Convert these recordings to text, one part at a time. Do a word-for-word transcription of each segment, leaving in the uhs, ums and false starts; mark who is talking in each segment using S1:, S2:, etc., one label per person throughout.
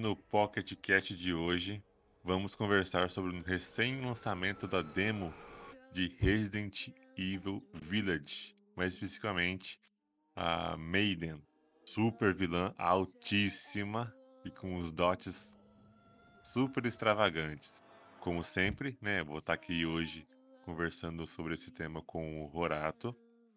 S1: no Pocket Cast de hoje, vamos conversar sobre o recém-lançamento da demo de Resident Evil Village, mais especificamente a Maiden, super vilã altíssima e com os dotes super extravagantes. Como sempre, né, vou estar aqui hoje conversando sobre esse tema com o Rorato.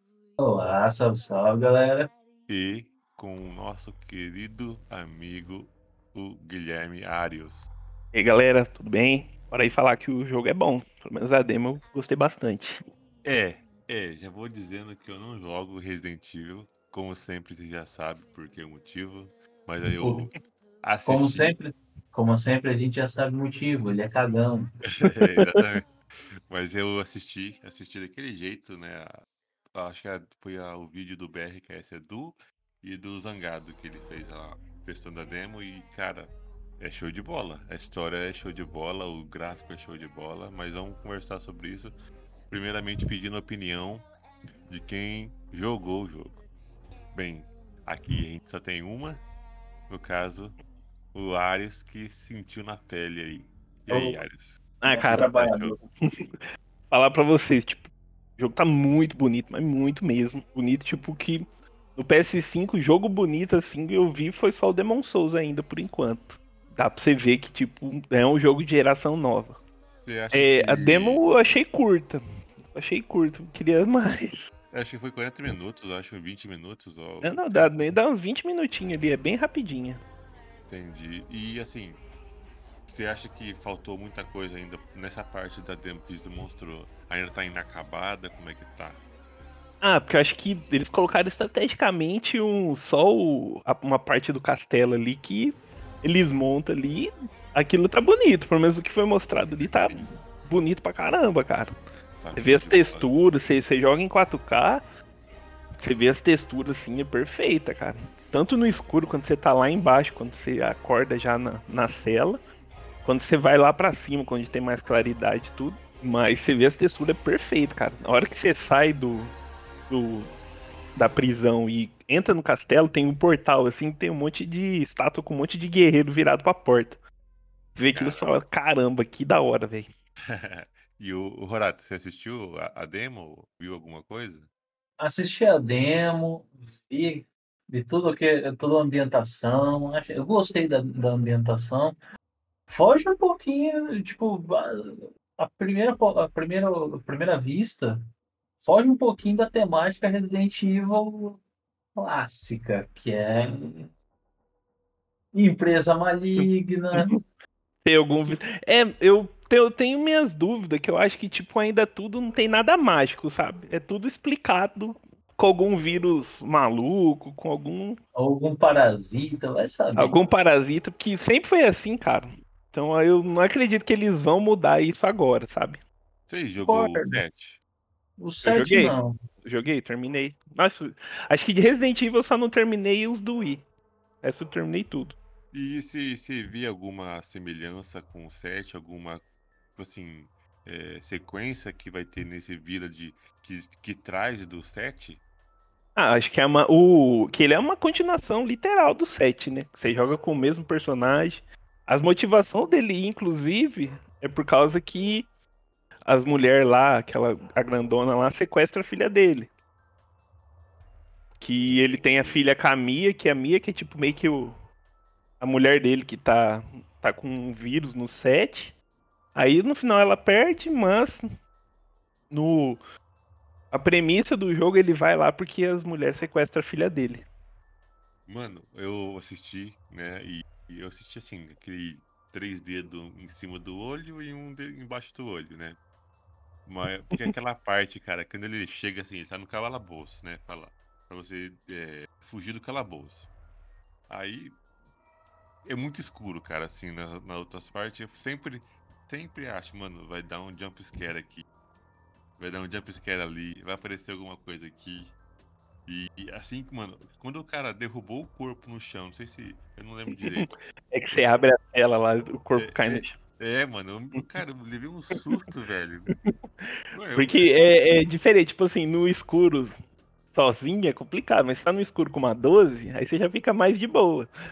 S2: Olá, salve, salve, galera.
S1: E com o nosso querido amigo, o Guilherme Arios.
S3: E aí, galera, tudo bem? Bora aí falar que o jogo é bom. Pelo menos a demo eu gostei bastante.
S1: É, é, já vou dizendo que eu não jogo Resident Evil, como sempre você já sabe por que motivo, mas aí eu assisti.
S2: Como sempre, como sempre, a gente já sabe o motivo, ele é cagão.
S1: É, exatamente. Mas eu assisti, assisti daquele jeito, né? Acho que foi a, o vídeo do B R K S Edu e do Zangado que ele fez lá, testando a demo e, cara, é show de bola. A história é show de bola, o gráfico é show de bola, mas vamos conversar sobre isso. Primeiramente pedindo a opinião de quem jogou o jogo. Bem, aqui a gente só tem uma, no caso, o Arius que sentiu na pele aí. E aí,
S2: O
S1: Arius?
S3: Ah,
S2: nosso
S3: cara,
S2: trabalhador.
S3: falar pra vocês, tipo, o jogo tá muito bonito, mas muito mesmo. Bonito, tipo, que no P S cinco, jogo bonito, assim, eu vi foi só o Demon Souls ainda, por enquanto. Dá pra você ver que, tipo, é um jogo de geração nova.
S1: Você acha
S3: É,
S1: que.
S3: a demo eu achei curta. Achei curta, queria mais.
S1: Acho que foi quarenta minutos, acho vinte minutos. Ó.
S3: Não, não, dá, dá uns vinte minutinhos ali, é bem rapidinha.
S1: Entendi. E assim, você acha que faltou muita coisa ainda nessa parte da demo que você mostrou? Ainda tá inacabada? Como é que tá?
S3: Ah, porque eu acho que eles colocaram estrategicamente um, só o, a- uma parte do castelo ali que eles montam ali. Aquilo tá bonito, pelo menos o que foi mostrado ali tá
S1: Sim,
S3: bonito pra caramba, cara.
S1: tá
S3: Você
S1: show
S3: vê as
S1: de bola.
S3: texturas, você, você joga em quatro K, você vê as texturas assim, é perfeita, cara. Tanto no escuro, quando você tá lá embaixo, quando você acorda já na, na cela, quando você vai lá pra cima, quando tem mais claridade e tudo. Mas você vê as texturas é perfeito, cara. Na hora que você sai do, do, da prisão e entra no castelo, tem um portal assim, tem um monte de estátua com um monte de guerreiro virado pra porta. Você vê aquilo e
S1: Cara.
S3: fala, caramba, que da hora, velho.
S1: E o, o Horato, você assistiu a, a demo? Viu alguma coisa?
S2: Assisti a demo, vi, vi tudo que, toda a ambientação. achei- Eu gostei da, da ambientação. Foge um pouquinho, tipo, a, a primeira, po- a primeira, a primeira vista, foge um pouquinho da temática Resident Evil clássica, que é empresa maligna.
S3: Tem algum. vi-
S2: que-
S3: É, eu, te- eu tenho minhas dúvidas, que eu acho que, tipo, ainda tudo não tem nada mágico, sabe? É tudo explicado com algum vírus maluco, com algum,
S2: Algum parasita, vai saber.
S3: algum parasita, porque sempre foi assim, cara. Então eu não acredito que eles vão mudar isso agora, sabe?
S1: Você jogou o
S2: Concordo.
S1: sete?
S2: O
S3: Eu
S2: sete
S3: joguei,
S2: não.
S3: joguei, terminei. Nossa, acho que de Resident Evil eu só não terminei os do Wii. Essa eu terminei tudo.
S1: E se, se via alguma semelhança com o sete, alguma, tipo assim, é, sequência que vai ter nesse Village que, que traz do sete?
S3: Ah, acho que é uma, o que ele é uma continuação literal do sete, né? Você joga com o mesmo personagem. As motivações dele, inclusive, é por causa que as mulheres lá, aquela a grandona lá, sequestra a filha dele. Que ele tem a filha com a Mia, que a Mia que é tipo meio que o, a mulher dele que tá, tá com um vírus no set. Aí no final ela perde, mas no a premissa do jogo ele vai lá porque as mulheres sequestram a filha dele.
S1: Mano, eu assisti, né? E, e eu assisti assim, aquele três dedos em cima do olho e um dedo embaixo do olho, né? Mas, porque aquela parte, cara, quando ele chega assim, ele tá no calabouço, né? Pra, lá, pra você é, fugir do calabouço. Aí é muito escuro, cara, assim, na, nas outras partes. Eu sempre, sempre acho, mano, vai dar um jump scare aqui. Vai dar um jump scare ali, vai aparecer alguma coisa aqui. E, e assim, mano, quando o cara derrubou o corpo no chão, não sei se. Eu não lembro direito.
S3: É que você abre a tela lá, o corpo cai
S1: É,
S3: no
S1: é,
S3: chão.
S1: é, mano, eu, cara, eu levei um susto, velho. Ué, eu-
S3: Porque é, é diferente, tipo assim, no escuro sozinho é complicado, mas se tá no escuro com uma doze, aí você já fica mais de boa.
S1: é.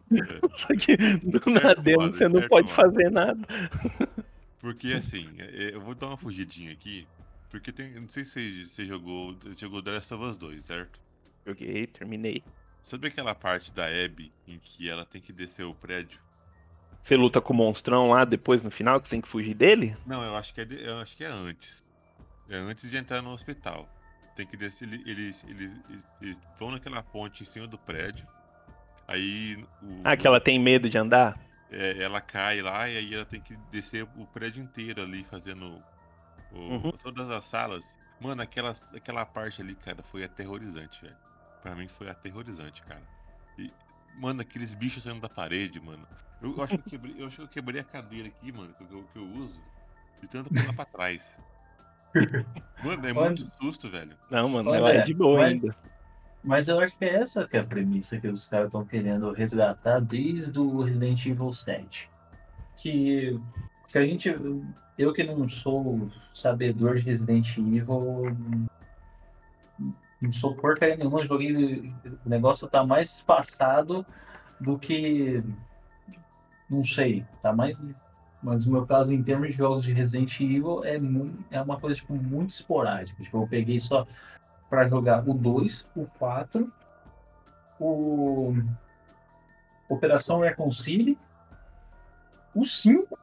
S3: Só que
S1: Isso
S3: no-
S1: é
S3: na demo
S1: foda,
S3: você
S1: isso
S3: não
S1: é
S3: pode
S1: foda.
S3: fazer nada.
S1: Porque assim, é- eu vou dar uma fugidinha aqui. Porque tem. Eu não sei se você jogou. Jogou The Last of Us dois, certo?
S3: Joguei, terminei.
S1: Sabe aquela parte da Abby em que ela tem que descer o prédio?
S3: Você luta com o monstrão lá depois no final, que você tem que fugir dele?
S1: Não, eu acho que é, de- eu acho que é antes. É antes de entrar no hospital. Tem que descer. ele- Eles, eles, eles, eles vão naquela ponte em cima do prédio. Aí
S3: Ah,
S1: o,
S3: que ela tem medo de andar?
S1: é, ela cai lá e aí ela tem que descer o prédio inteiro ali, fazendo o-
S3: Uhum.
S1: todas as salas. Mano, aquela, aquela parte ali, cara, foi aterrorizante, velho. Pra mim foi aterrorizante, cara. E, mano, aqueles bichos saindo da parede, mano. Eu acho que eu quebrei, eu acho que eu quebrei a cadeira aqui, mano, que eu, que eu uso, de tanto pular pra trás. Mano, é
S2: Ô,
S1: muito
S2: And-
S1: susto, velho.
S3: Não,
S2: ô,
S3: mano, ela é
S2: André,
S3: de boa
S2: mas,
S3: ainda.
S2: mas eu acho que é essa que é a premissa que os caras estão querendo resgatar desde o Resident Evil sete. Que se a gente. Eu que não sou sabedor de Resident Evil, não sou porcaria nenhuma, joguei. O negócio tá mais passado do que. Não sei, tá mais. Mas no meu caso, em termos de jogos de Resident Evil, é, mu- é uma coisa tipo, muito esporádica. Tipo, eu peguei só para jogar o dois, o quatro, o Operação Reconcile, o cinco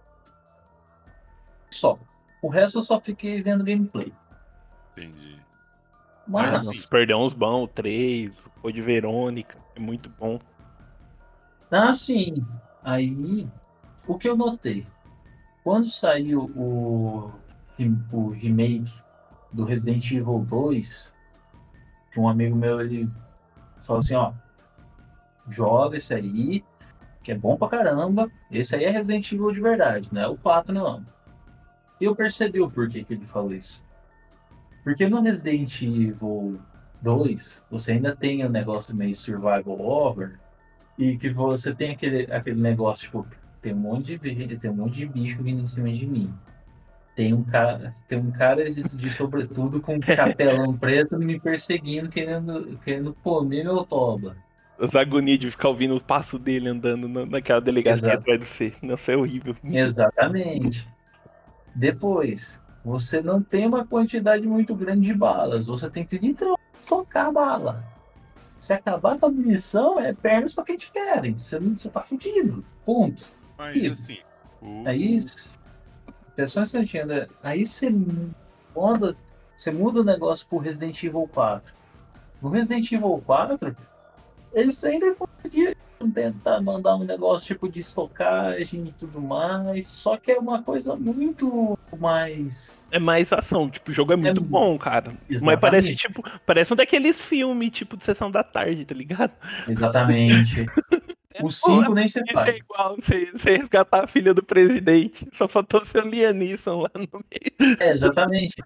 S2: só. O resto eu só fiquei vendo gameplay.
S1: Entendi. Mas
S3: Ah,
S1: assim,
S3: nossa, perdeu uns bons, o três, o Code Verônica, é muito bom.
S2: Ah, sim. Aí, o que eu notei? Quando saiu o, rem- o remake do Resident Evil dois, que um amigo meu ele falou assim, ó, joga esse aí, que é bom pra caramba. Esse aí é Resident Evil de verdade, né? O quatro não. E eu percebi o porquê que ele falou isso. Porque no Resident Evil dois, você ainda tem o negócio meio survival horror, e que você tem aquele, aquele negócio, tipo, tem um monte de bi- tem um monte de bicho vindo em cima de mim. Tem um cara, tem um cara de, de sobretudo com um chapelão preto me perseguindo, querendo, querendo comer meu toba.
S3: As agonias de ficar ouvindo o passo dele andando na- naquela delegacia
S2: Exa
S3: atrás de você. Nossa, é horrível.
S2: exatamente. Depois, você não tem uma quantidade muito grande de balas. Você tem que literalmente tocar a bala. Se acabar a tua munição, é pernas para quem te querem. Você, não, você tá fudido. Ponto.
S1: mas
S2: E
S1: assim, o,
S2: aí,
S1: o-
S2: pessoal instantinha, né? Aí você muda, você muda o negócio pro Resident Evil quatro. No Resident Evil quatro, eles ainda conseguiram tentar mandar um negócio tipo de estocagem e tudo mais, só que é uma coisa muito mais.
S3: É mais ação, tipo, o jogo é
S2: É,
S3: muito bom, cara. Mas parece,
S2: exatamente,
S3: tipo, parece um daqueles filmes, tipo, de sessão da tarde, tá ligado?
S2: exatamente.
S3: É,
S2: O
S3: pô,
S2: cinco nem se
S3: isso é
S2: faz.
S3: igual você, você resgatar a filha do presidente. Só faltou ser o Liam Neeson lá no meio.
S2: É, exatamente.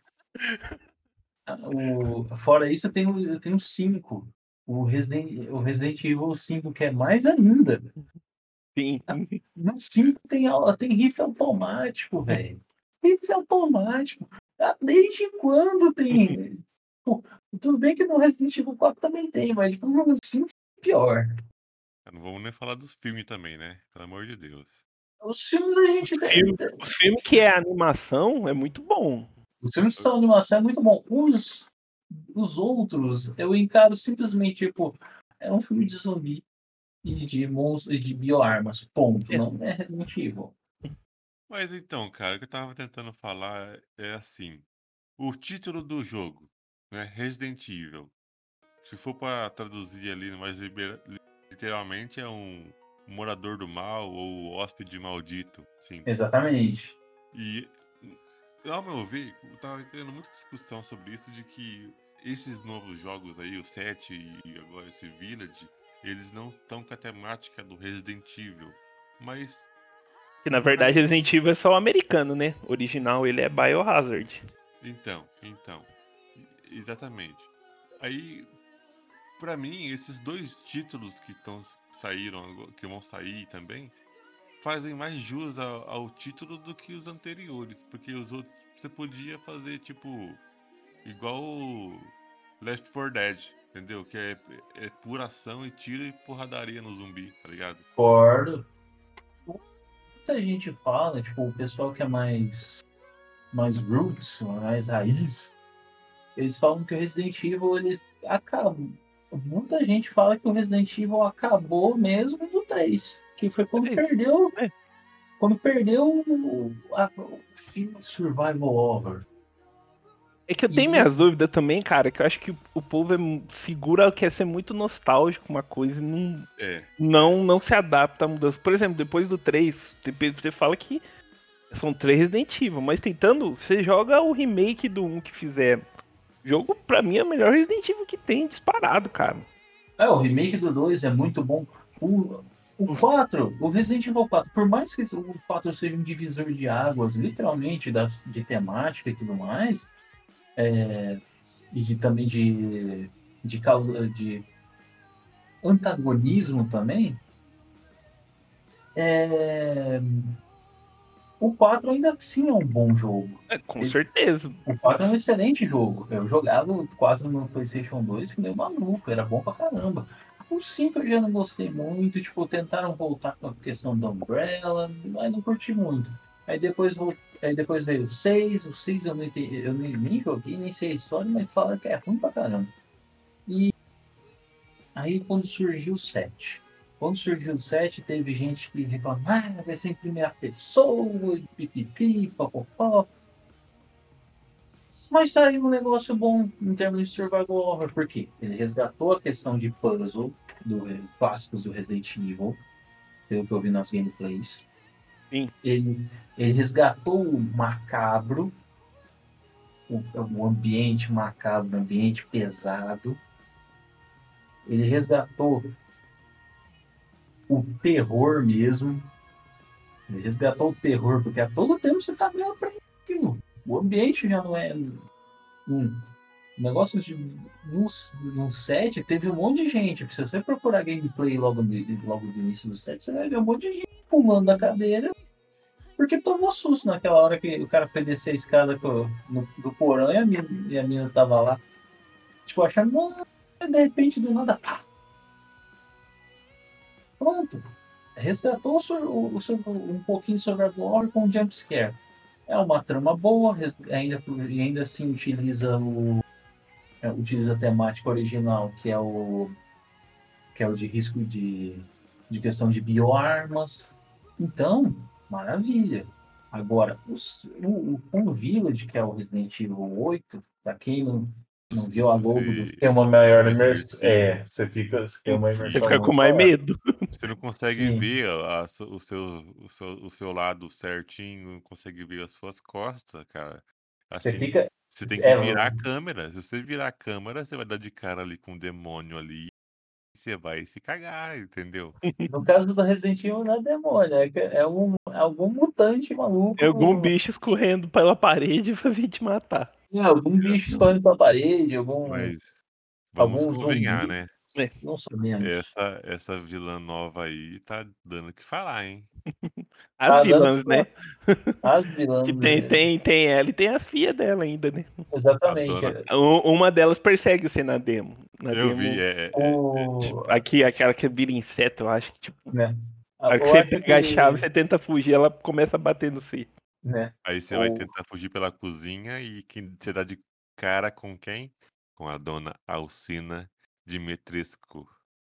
S2: O, fora isso, eu tenho, eu tenho cinco. O Resident, o Resident Evil cinco, que é mais ainda.
S3: Sim.
S2: No cinco tem, au- tem rifle automático, velho. Rifle automático. Ah, desde quando tem? Pô, tudo bem que no Resident Evil quatro também tem, mas tipo, no cinco é pior.
S1: não vamos nem falar dos filmes também, né? Pelo amor de Deus.
S2: Os filmes a
S3: Os
S2: gente.
S3: filmes, os filmes que é animação é muito bom.
S2: Os filmes de animação é muito bom. Os, os outros, eu encaro simplesmente, tipo, é um filme de zumbi e de monstros e de bioarmas. Ponto.
S3: É,
S2: Não é Resident Evil.
S1: Mas então, cara, o que eu tava tentando falar é assim: o título do jogo, né? Resident Evil. Se for pra traduzir ali mais liber- literalmente, é um morador do mal ou hóspede maldito, sim.
S2: Exatamente.
S1: E, ao meu ver, eu tava tendo muita discussão sobre isso, de que esses novos jogos aí, o sete e agora esse Village, eles não estão com a temática do Resident Evil. Mas,
S3: que na
S1: pra
S3: verdade
S1: mim,
S3: Resident Evil é só o americano, né? O original ele é Biohazard.
S1: então, então, e- exatamente. Aí, pra mim, esses dois títulos que tão, saíram, agora- que vão sair também, fazem mais jus ao, ao título do que os anteriores, porque os outros você podia fazer tipo igual o Left four Dead. Entendeu? Que é, é pura ação e tiro e porradaria no zumbi, tá ligado?
S2: Concordo. Muita gente fala, tipo, o pessoal que é mais, mais roots, mais raiz, eles falam que o Resident Evil, ele acaba. Muita gente fala que o Resident Evil acabou mesmo no três, que foi quando
S3: Três.
S2: perdeu,
S3: É.
S2: quando perdeu o, a- o filme Survival Horror.
S3: É que eu tenho
S2: E-
S3: minhas dúvidas também, cara, que eu acho que o, o povo é, mu- segura, quer ser muito nostálgico com uma coisa e não,
S1: É.
S3: não, não se adapta à mudança. Por exemplo, depois do três, você você fala que são três Resident Evil, mas tentando, você joga o remake do um que fizeram. O jogo, pra mim, é o melhor Resident Evil que tem, disparado, cara.
S2: É, o remake do dois é muito bom. O, o quatro, o Resident Evil quatro, por mais que o quatro seja um divisor de águas, literalmente, das, de temática e tudo mais, é, e de, também de, de, causa- de antagonismo também, é, o quatro ainda assim é um bom jogo.
S3: É, com
S2: Ele-
S3: certeza.
S2: O quatro é um excelente jogo. Eu jogava o quatro no PlayStation dois que nem maluco, era bom pra caramba. O cinco eu já não gostei muito, tipo, tentaram voltar com a questão da Umbrella, mas não curti muito. Aí depois, vol- aí depois veio o seis, o seis eu, não entendi, eu nem, nem joguei, nem sei a história, mas falaram que é ruim pra caramba. E aí quando surgiu o sete. Quando surgiu o sete, teve gente que reclamou, ah, vai ser em primeira pessoa, e pipipi, popopó. Mas saiu um negócio bom em termos de survival horror, por quê? Ele resgatou a questão de puzzle do clássicos do Resident Evil, pelo que eu vi nas gameplays.
S3: Sim.
S2: Ele, ele resgatou o macabro, o, o ambiente macabro, o ambiente pesado. Ele resgatou o terror mesmo. Ele resgatou o terror, porque a todo tempo você tá meio apreensivo. O ambiente já não é. Hum, negócio de. No, no set teve um monte de gente. Se você procurar gameplay logo, no, logo no início do set, você vai ver um monte de gente pulando da cadeira. Porque tomou susto naquela hora que o cara foi descer a escada com, no, do porão e a, mina, e a mina tava lá. Tipo, achando, não, de repente do nada, pá. Pronto. Resgatou o, o, o, um pouquinho de survival horror com o jumpscare. É uma trama boa, ainda, ainda assim utiliza o. É, utiliza a temática original, que é o. que é o de risco de, de questão de bioarmas. Então, maravilha. Agora, os, o, o, o Village, que é o Resident Evil oito, para quem não, não viu a logo do.
S4: Tem uma maior imersão.
S1: imersivo.
S4: É, você fica. Você tem uma
S3: Você
S4: imersão.
S3: fica com
S4: muito
S3: mais
S4: maior.
S3: medo.
S1: Você não consegue
S2: Sim.
S1: ver a- a su- o, seu, o, seu, o seu lado certinho, não consegue ver as suas costas, cara.
S2: Você
S1: Assim,
S2: fica.
S1: você tem que
S2: É,
S1: virar a câmera. Se você virar a câmera, você vai dar de cara ali com um demônio ali. E você vai se cagar, entendeu?
S2: no caso do Resident Evil, não é demônio, é, que é, um, é algum mutante maluco.
S3: Tem algum bicho escorrendo pela parede pra vir te matar.
S2: É, algum bicho escorrendo pra parede, algum,
S1: Mas vamos
S2: algum
S1: convenhar,
S2: zumbi.
S1: né?
S2: Não sabemos.
S1: Essa, essa vilã nova aí tá dando o que falar, hein?
S3: As
S2: Tá dando
S3: vilãs,
S2: pra-
S3: né?
S2: As vilãs.
S3: Que tem, tem, tem ela e tem as filhas dela ainda, né?
S2: Exatamente.
S1: A dona-
S3: Um- Uma delas persegue você na demo. Na
S1: Eu
S3: demo,
S1: vi, é, é-
S2: O...
S3: Aqui, aquela que vira inseto, eu acho que, tipo,
S2: né?
S3: a hora que
S2: Eu
S3: você
S2: acho
S3: pega a
S2: que-
S3: chave, você tenta fugir, ela começa a bater no C.
S2: né?
S1: aí você vai
S2: o-
S1: tentar fugir pela cozinha e quem você dá de cara com quem? Com a dona Alcina Dimitrescu.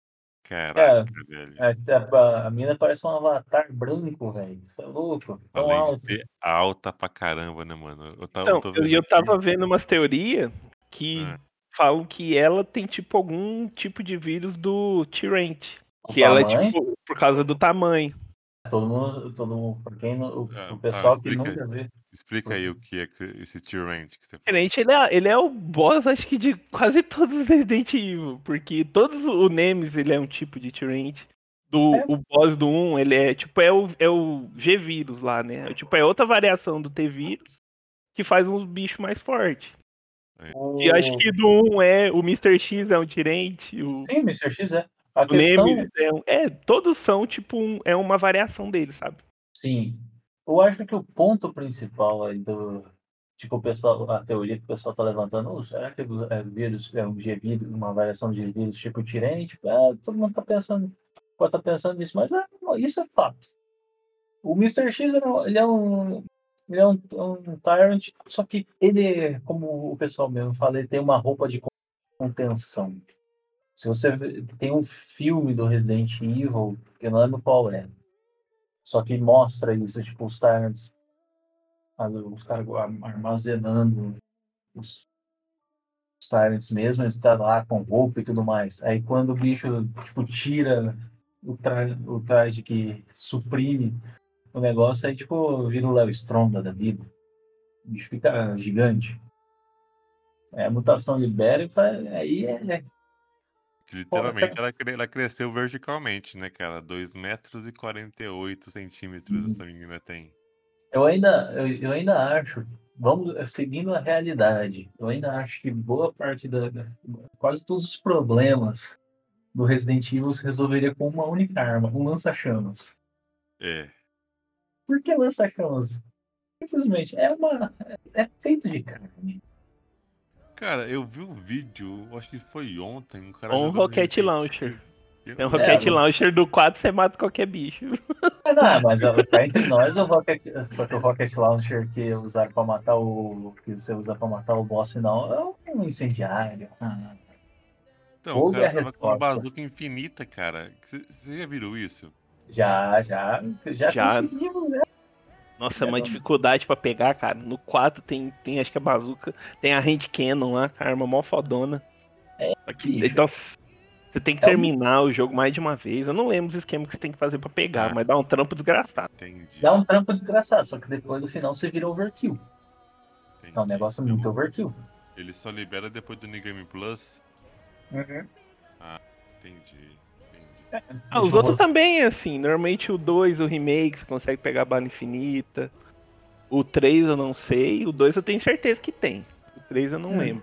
S1: Caraca, velho.
S2: A, a, a mina parece um avatar branco, velho. Você é louco? Tão
S1: Além
S2: alto.
S1: de ser alta pra caramba, né, mano? Eu, tava,
S3: Então,
S1: eu tô
S3: eu,
S1: vendo
S3: eu tava
S1: aqui.
S3: vendo umas teorias que
S1: Ah.
S3: falam que ela tem, tipo, algum tipo de vírus do Tyrant.
S2: O
S3: Que ela é,
S2: tamanho?
S3: tipo, por causa do tamanho.
S2: Todo mundo, todo mundo, pra quem não, o,
S1: Ah,
S2: o
S1: tá,
S2: pessoal que
S1: explica.
S2: nunca viu.
S1: Explica aí o que é que- esse Tyrant que você falou.
S3: Tyrant, ele é, ele é o boss, acho que, de quase todos os Resident Evil. Porque todos o Nemesis, ele é um tipo de Tyrant. Do,
S2: É.
S3: O boss do um, ele é, tipo, é o, é o G-Vírus lá, né? Tipo, é outra variação do T-Vírus que faz uns bichos mais fortes.
S2: O...
S3: E acho que do um é o mister X é um Tyrant, o,
S2: Sim, mister X é. A
S3: o
S2: questão,
S3: Nemesis é um. É, todos são, tipo, um, é uma variação dele, sabe?
S2: sim. Eu acho que o ponto principal aí do, Tipo, o pessoal, a teoria que o pessoal tá levantando, "Oh, será que é vírus, é um G-vírus, uma variação de vírus tipo Tirene? Tipo, ah, todo mundo tá pensando, pode estar pensando nisso, mas ah, isso é fato. O mister X ele é um, ele é um, ele é um, um Tyrant, só que ele, como o pessoal mesmo fala, ele tem uma roupa de contenção. Se você vê- tem um filme do Resident Evil, que eu não lembro qual é, só que mostra isso, tipo, os Tyrants, os caras armazenando os, os Tyrants mesmo, eles estão lá com roupa e tudo mais. Aí quando o bicho, tipo, tira o, tra o traje que suprime o negócio, aí, tipo, vira o Léo Stronda da vida. O bicho fica gigante. Aí a mutação libera e faz, aí é...
S1: Literalmente, ela, cre- ela cresceu verticalmente, né, cara? dois metros e quarenta e oito centímetros essa menina tem.
S2: Eu ainda, eu, eu ainda acho, vamos seguindo a realidade, eu ainda acho que boa parte da, da- quase todos os problemas do Resident Evil se resolveria com uma única arma, um lança-chamas.
S1: É.
S2: Por que lança-chamas? Simplesmente é uma, é feito de carne.
S1: Cara, eu vi um vídeo, acho que foi ontem, um cara
S3: Ou um
S1: jogando
S3: Rocket
S1: Resident
S3: Launcher.
S1: Evil.
S3: Tem um
S1: Eu-
S3: Rocket
S2: É,
S3: Launcher do quatro, você mata qualquer bicho.
S2: Ah, não, mas ó, cá entre nós, o Rocket, só que o Rocket Launcher que usaram para matar o, que você usa para matar o boss final é um incendiário. Ah,
S1: Então, o
S2: fogo é
S1: cara
S2: a
S1: tava com uma
S2: resposta.
S1: bazuca infinita, cara. Você já viram isso?
S2: Já, já, já
S3: Já.
S2: conseguimos, né?
S3: Nossa, é
S2: É,
S3: uma
S2: vamos-
S3: dificuldade pra pegar, cara. No quatro tem, tem acho que a bazuca, tem a hand cannon lá, a arma mó fodona. Só que,
S2: bicho.
S3: então, você tem que
S2: É um-
S3: terminar o jogo mais de uma vez. Eu não lembro os esquemas que você tem que fazer pra pegar,
S1: Ah.
S3: mas dá um trampo desgraçado.
S1: Entendi.
S2: Dá um trampo desgraçado, só que depois no final você vira overkill.
S1: entendi.
S2: É um negócio
S1: Então,
S2: muito overkill.
S1: ele só libera depois do New Game Plus?
S2: Uhum.
S1: Ah, entendi. entendi.
S3: Ah, os
S2: Deixa eu
S3: outros
S2: mostrar.
S3: também, assim. Normalmente o dois, o remake, você consegue pegar bala infinita. O três eu não sei. O dois eu tenho certeza que tem. O três eu não
S2: Hum.
S3: lembro.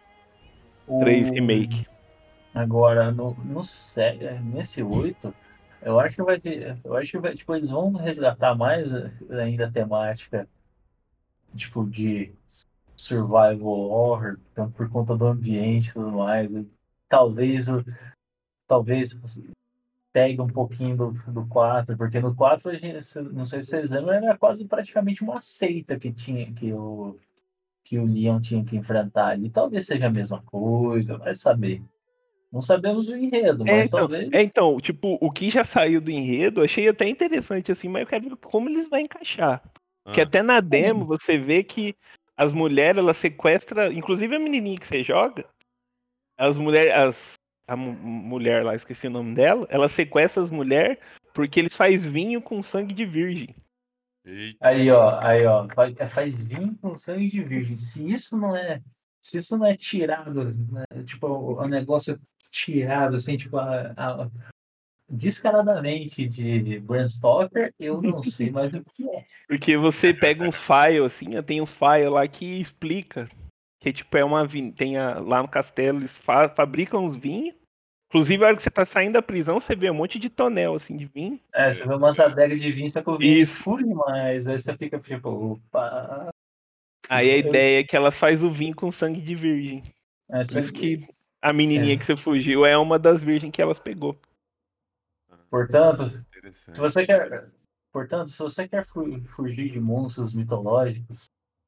S3: três
S2: O...
S3: remake.
S2: Agora, no, no sé- nesse oito, eu acho que vai ter. Eu acho que vai, tipo, eles vão resgatar mais eh, ainda a temática, tipo, de survival horror, tanto por conta do ambiente e tudo mais. E talvez, o- talvez pegue um pouquinho do, do quatro, porque no quatro, a gente, se- não sei se vocês lembram, era quase praticamente uma seita que tinha, que o, que o Leon tinha que enfrentar ali. Talvez seja a mesma coisa, vai saber. Não sabemos o enredo,
S3: É,
S2: mas
S3: então,
S2: talvez.
S3: é, então, tipo, o que já saiu do enredo, eu achei até interessante, assim, mas eu quero ver como eles vão encaixar. Porque
S1: Ah,
S3: até na demo você vê que as mulheres, elas sequestram, inclusive a menininha que você joga, as mulheres, as, a mu- mulher lá, esqueci o nome dela, ela sequestra as mulheres porque eles fazem vinho com sangue de virgem.
S1: eita.
S2: Aí, ó, aí, ó, faz, faz vinho com sangue de virgem. Se isso não é, se isso não é tirado, né, tipo, o, o negócio tirado, assim, tipo, a, a- descaradamente de Bram Stoker, eu não sei mais o que é.
S3: Porque você pega uns files, assim, ó, tem uns files lá que explica que, tipo, é uma vin... tem a- lá no castelo, eles fa- fabricam os vinhos. Inclusive, a hora que você tá saindo da prisão, você vê um monte de tonel, assim, de vinho.
S2: É, você vê umas adegas de vinho, só que o vinho é
S3: Isso.
S2: escuro demais. Aí você fica tipo, opa.
S3: Aí a
S2: Eu-
S3: ideia é que elas fazem o vinho com sangue de virgem.
S2: é,
S3: Por isso
S2: você-
S3: que a menininha
S2: é.
S3: que você fugiu é uma das virgens que elas pegou.
S2: Portanto, se
S1: Interessante.
S2: você quer, portanto, se você quer fu- fugir de monstros mitológicos,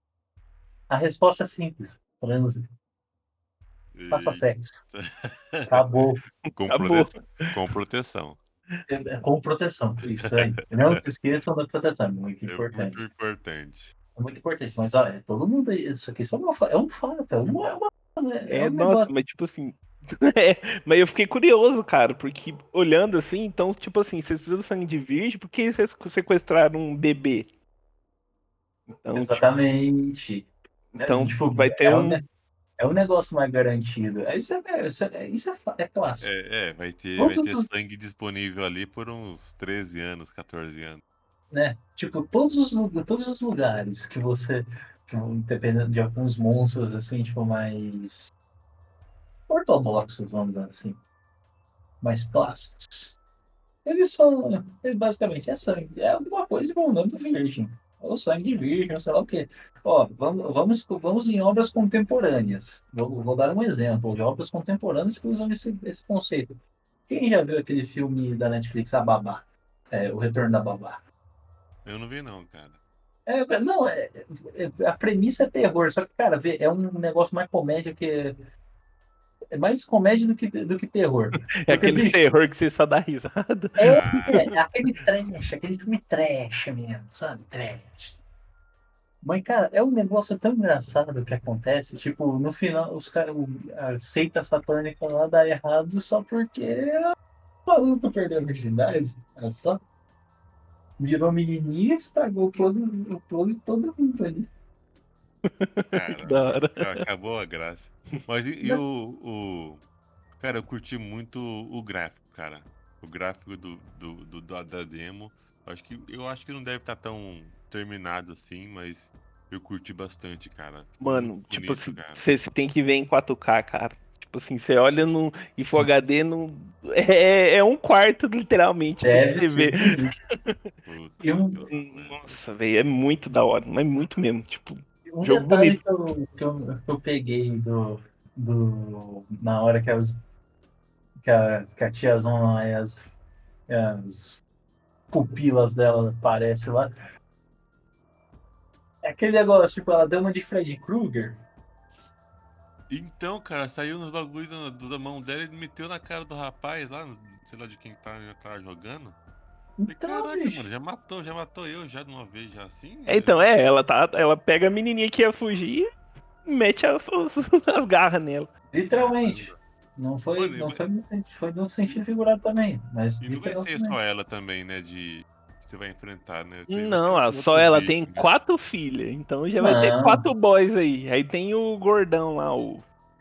S2: a resposta é simples: transe, faça sexo. Acabou.
S1: Com,
S3: Acabou.
S1: prote... com proteção.
S2: É, é, com proteção, isso aí. Não se esqueçam da proteção, é muito
S1: É
S2: importante.
S1: muito importante.
S2: É muito importante. Mas olha, todo mundo. Isso aqui só é uma fa- é um fato, é, uma, é, uma, é
S3: É,
S2: um
S3: nossa,
S2: negócio.
S3: mas tipo assim. é, mas eu fiquei curioso, cara, porque olhando assim, então, tipo assim, vocês precisam do sangue de virgem, por que vocês sequestraram um bebê? Então, tipo,
S2: Exatamente. É,
S3: então
S2: tipo,
S3: vai ter
S2: é um,
S3: um.
S2: ne- é um negócio mais garantido. É, Isso é, isso é, isso é, fa- é clássico.
S1: É, é, vai ter, vai
S2: Todos
S1: ter
S2: os,
S1: sangue disponível ali por uns treze anos, quatorze anos.
S2: né? Tipo, todos os, lu- todos os lugares que você, que, dependendo de alguns monstros, assim, tipo, mais ortodoxos, vamos dizer assim, mais clássicos. Eles são, eles basicamente é sangue, é alguma coisa com o nome do virgem. ou sangue virgem, ou sei lá o quê. Ó, vamos, vamos, vamos em obras contemporâneas. Vou, vou dar um exemplo de obras contemporâneas que usam esse, esse conceito. Quem já viu aquele filme da Netflix, A Babá? É, O Retorno da Babá.
S1: Eu não vi não, cara.
S2: É, não, é, é- a premissa é terror, só que, cara, vê, é um negócio mais comédia que. É mais comédia do que, do que terror.
S3: É
S2: Porque,
S3: aqueles
S2: bicho,
S3: terror que você só dá risada.
S2: é,
S1: Ah,
S2: é aquele trash, aquele filme trash mesmo, sabe? Trash. Mas, cara, é um negócio tão engraçado que acontece. Tipo, no final, os caras, o- a seita satânica lá dá errado só porque o maluco perdeu a virgindade. Olha só. Virou menininha e estragou o plano, o plano de todo mundo ali.
S3: Que da
S1: caramba,
S3: hora.
S1: ca- acabou a graça. Mas e, e o, o- Cara, eu curti muito o gráfico, cara. O gráfico do, do, do- da, da demo. Acho que, eu acho que não deve estar tão terminado assim, mas eu curti bastante, cara. Ficou muito
S3: Mano, tipo,
S1: bonito, cara.
S3: você tem que ver em quatro K, cara. Tipo assim, você olha no em Full H D, no, é, é um quarto, literalmente, do que
S2: Deve
S3: você
S2: ser
S3: vê.
S2: bonito. E
S1: Puta que
S2: um,
S1: pariu.
S3: Nossa, velho, é muito da hora, mas muito mesmo. Tipo,
S2: um
S3: jogo
S2: detalhe
S3: bonito.
S2: que eu, que eu, que eu peguei do, do, na hora que, as, que, a, que a tiazona e as, as pupilas dela aparecem lá. É aquele negócio, tipo, ela deu uma de Freddy Krueger.
S1: Então, cara, saiu nos bagulhos da, da mão dela e meteu na cara do rapaz lá, sei lá de quem tá, tá jogando. E
S2: Então,
S1: caraca, mano,
S2: bicho.
S1: já matou, já matou eu já de uma vez, já assim?
S3: É, então, é, ela tá, ela pega a menininha que ia fugir e mete as, as, as garras nela.
S2: Literalmente.
S1: Caramba.
S2: Não foi,
S1: Mano, e
S2: não
S1: vai-
S2: foi, no sen- foi no
S1: e,
S2: sentido figurado também, mas
S1: e não vai ser só
S2: literalmente.
S1: ela também, né, de que você vai enfrentar, né? Tem, vai ter
S3: Não, a- só
S1: outros
S3: ela tem
S1: bichos, né?
S3: quatro filhas, então já vai ter
S2: Não,
S3: quatro boys aí. Aí tem o gordão lá, o.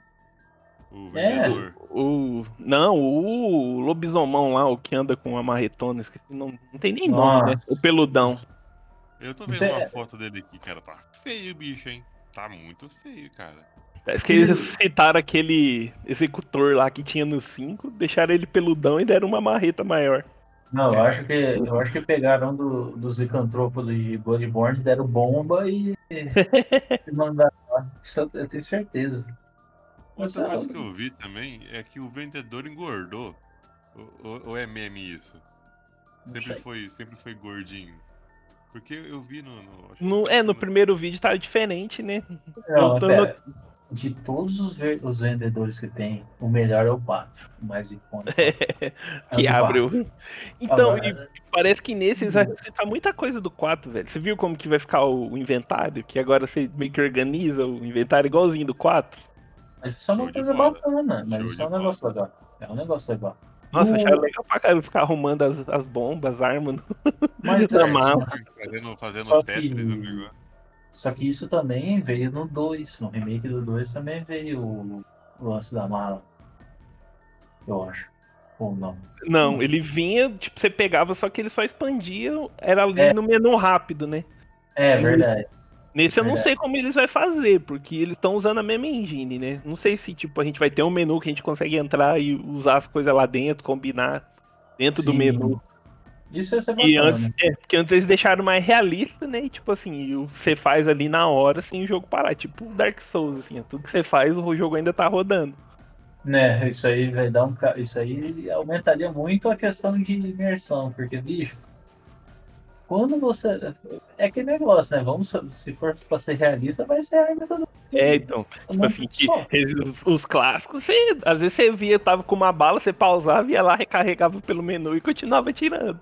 S1: O
S2: é,
S1: vendedor.
S3: O. Não, o lobisomão lá, o que anda com a marretona, esqueci, não, não tem nem nome, né?
S2: nossa.
S3: O peludão.
S1: Eu tô
S2: Não
S1: vendo uma
S2: tem-
S1: foto dele aqui, cara, tá feio o bicho, hein? Tá muito feio, cara.
S3: Parece que eles citaram aquele executor lá que tinha no cinco, deixaram ele peludão e deram uma marreta maior.
S2: Não, eu acho que eu acho que pegaram do, dos licantropos de Bloodborne, deram bomba e, e mandaram lá. Isso eu eu tenho certeza. Mas,
S1: Outra
S2: é,
S1: coisa que eu vi também é que o vendedor engordou. Ou, ou- ou é meme isso?
S2: não
S1: Sempre
S2: sei.
S1: foi, sempre foi gordinho. Porque eu vi no. no- acho que não
S3: No,
S1: sei
S3: é,
S1: se foi
S3: no
S1: no.
S3: primeiro vídeo tava diferente, né? Eu
S2: Não,
S3: tô no-
S2: pera. De todos os, ve- os vendedores que tem, o melhor é o quatro. O mais icônico é o
S3: que
S2: do
S3: abre
S2: quatro.
S3: o. Então, e
S2: Agora,
S3: parece que nesses vai citar muita coisa do quatro, velho. Você viu como que vai ficar o, o inventário? Que agora você meio que organiza o inventário igualzinho do quatro.
S2: mas isso é
S1: Show
S2: uma
S1: de
S2: coisa
S1: bola.
S2: bacana. Mas
S1: Show
S2: isso é
S1: de
S2: um
S1: bola.
S2: negócio legal. É um negócio legal.
S3: Nossa, acharam
S2: No,
S3: legal pra caramba ficar arrumando as, as bombas, as armas no-
S2: mas
S3: na
S2: é, só,
S3: mala.
S1: Fazendo, fazendo
S2: só
S1: Tetris no
S2: que
S1: negócio.
S2: Só que isso também veio no dois. No remake do dois também veio o lance da mala, eu acho. Ou não.
S3: Não, ele vinha, tipo, você pegava, só que ele só expandia, era ali
S2: É,
S3: no menu rápido, né?
S2: é
S3: Aí nesse,
S2: verdade.
S3: nesse eu não
S2: Verdade.
S3: sei como eles vão fazer, porque eles estão usando a mesma engine, né? Não sei se, tipo, a gente vai ter um menu que a gente consegue entrar e usar as coisas lá dentro, combinar dentro do menu.
S2: Sim. Isso ia ser
S3: E antes,
S2: bacana.
S3: é, porque antes eles deixaram mais realista, né? E, tipo assim, e o- você faz ali na hora sem o jogo parar. Tipo Dark Souls, assim, é tudo que você faz, o jogo ainda tá rodando.
S2: Né, isso aí vai dar um. ca- Isso aí aumentaria muito a questão de imersão, porque, bicho, quando você. É aquele negócio, né? Vamos, se for pra ser realista, vai ser realista do
S3: É, então, tipo
S2: num
S3: assim,
S2: tempo
S3: que
S2: só.
S3: eles- os, clássicos, você, às vezes você via, tava com uma bala, você pausava, ia lá, recarregava pelo menu e continuava tirando.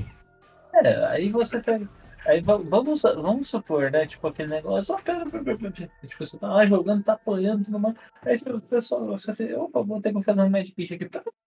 S2: É, aí você pega. Aí va- vamos, vamos supor, né? Tipo aquele negócio, ó, pera, pera, pera, pera. Tipo, você tá lá jogando, tá apanhando, tudo mais. Aí você, o pessoal, você fala, opa, vou ter que fazer um match pitch aqui.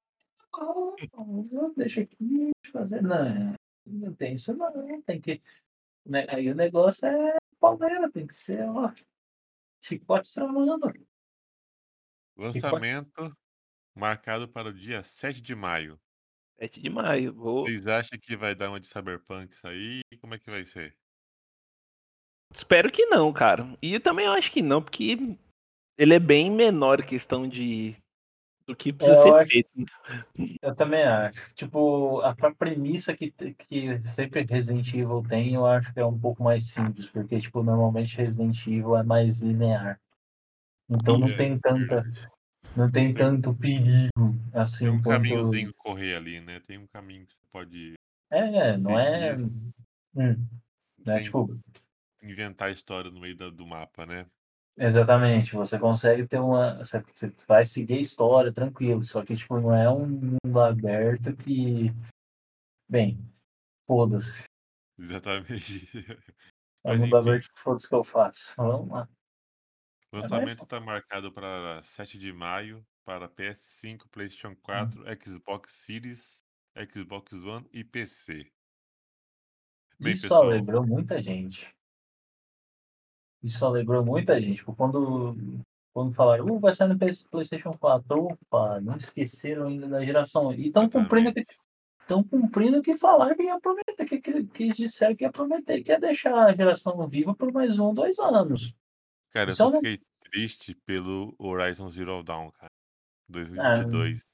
S2: Ah, deixa aqui, deixa eu fazer. Não, não tem isso não, tem que. Né? Aí o negócio é palmeira, tem que ser, ó, chicote salando. Chicote.
S1: Lançamento marcado para o dia sete de maio.
S3: sete de maio, vou.
S1: Vocês acham que vai dar uma de Cyberpunk isso aí? Como é que vai ser?
S3: Espero que não, cara. E eu também acho que não, porque ele é bem menor em questão de, do que precisa
S2: Eu
S3: ser
S2: acho-
S3: feito.
S2: Eu também acho. Tipo, a própria premissa que, que sempre Resident Evil tem, eu acho que é um pouco mais simples, porque, tipo, normalmente Resident Evil é mais linear. Então não
S1: É,
S2: tem tanta,
S1: verdade.
S2: não tem
S1: Tem-
S2: tanto perigo
S1: Tem
S2: assim
S1: um
S2: quanto.
S1: caminhozinho correr ali, né? Tem um caminho que você pode
S2: É, não é.
S1: seguir
S2: Hum, né?
S1: sem
S2: Tipo,
S1: inventar história no meio da- do mapa, né?
S2: exatamente, você consegue ter uma. Você você vai seguir a história tranquilo, só que, tipo, não é um mundo aberto que. Bem, foda-se.
S1: Exatamente.
S2: É um
S1: Mas
S2: mundo
S1: enfim,
S2: aberto que foda-se que eu faço. Vamos lá.
S1: o
S2: É mais.
S1: lançamento está marcado para sete de maio para P S cinco, PlayStation
S2: Hum.
S1: quatro, Xbox Series, Xbox One e P C. Bem,
S2: Isso
S1: pessoal,
S2: alegrou muita gente. Isso alegrou muita gente. Tipo, quando, quando falaram, uh, vai sair no P S PlayStation quatro, opa, não esqueceram ainda da geração. E estão cumprindo o que
S1: exatamente.
S2: estão cumprindo o que falaram que ia prometer, que, que, que eles disseram que ia prometer, que ia deixar a geração viva por mais um, dois anos.
S1: Cara, eu
S2: Isso é
S1: só
S2: um.
S1: fiquei triste pelo Horizon Zero Dawn, cara.
S2: Ah,
S1: dois mil e vinte e dois.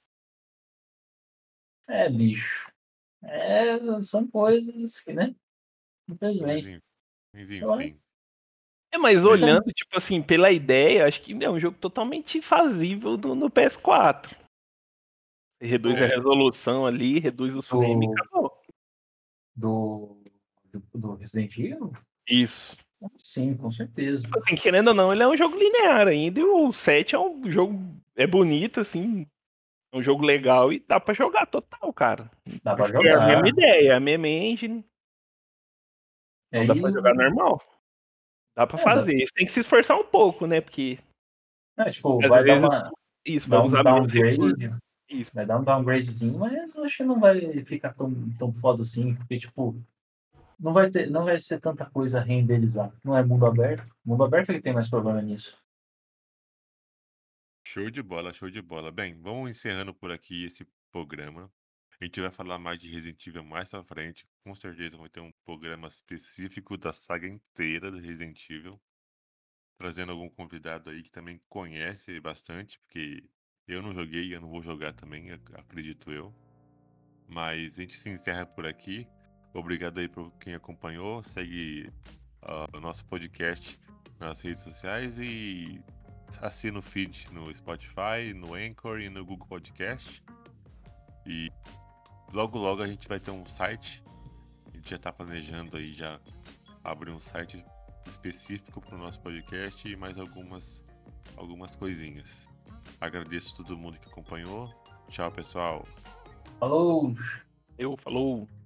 S2: é bicho. É, são coisas que, né?
S1: Mas,
S2: Infelizmente.
S1: en- mas
S2: Eu acho.
S1: enfim.
S3: É, mas
S1: Bem,
S3: olhando, tipo assim, pela ideia, acho que é um jogo totalmente fazível do- no P S quatro. Você reduz a
S1: É.
S3: resolução ali, reduz os frames e
S2: Do,
S3: acabou.
S2: do, do, do Resident Evil?
S3: Isso.
S2: Sim, com certeza.
S3: Tipo assim, querendo ou não, ele é um jogo linear ainda, e o sete é um jogo. É bonito, assim. É um jogo legal e dá pra jogar total, cara.
S2: Dá pra
S3: Acho que é a mesma
S2: jogar.
S3: ideia, é a mesma engine. Então dá
S2: Aí,
S3: pra jogar normal. Dá pra
S2: é, dá,
S3: fazer. Você tem que se esforçar um pouco, né? Porque
S2: é, tipo,
S3: às
S2: vai dar
S3: vezes
S2: uma,
S3: isso vai
S2: dar um
S3: usar menos recursos.
S2: downgrade,
S3: Isso.
S2: vai dar um downgradezinho, mas eu acho que não vai ficar tão, tão foda assim, porque, tipo, não vai ter, não vai ser tanta coisa a renderizar. Não é mundo aberto. Mundo aberto é que tem mais problema nisso.
S1: Show de bola, show de bola. Bem, vamos encerrando por aqui esse programa. A gente vai falar mais de Resident Evil mais pra frente. Com certeza vai ter um programa específico da saga inteira do Resident Evil. Trazendo algum convidado aí que também conhece bastante, porque eu não joguei, eu não vou jogar também, ac- acredito eu. Mas a gente se encerra por aqui. Obrigado aí por quem acompanhou. Segue ah, o nosso podcast nas redes sociais e assina o feed no Spotify, no Anchor e no Google Podcast. E logo logo a gente vai ter um site. A gente já está planejando aí já abrir um site específico para o nosso podcast e mais algumas algumas coisinhas. Agradeço a todo mundo que acompanhou. Tchau, pessoal.
S2: Falou!
S3: Eu falou.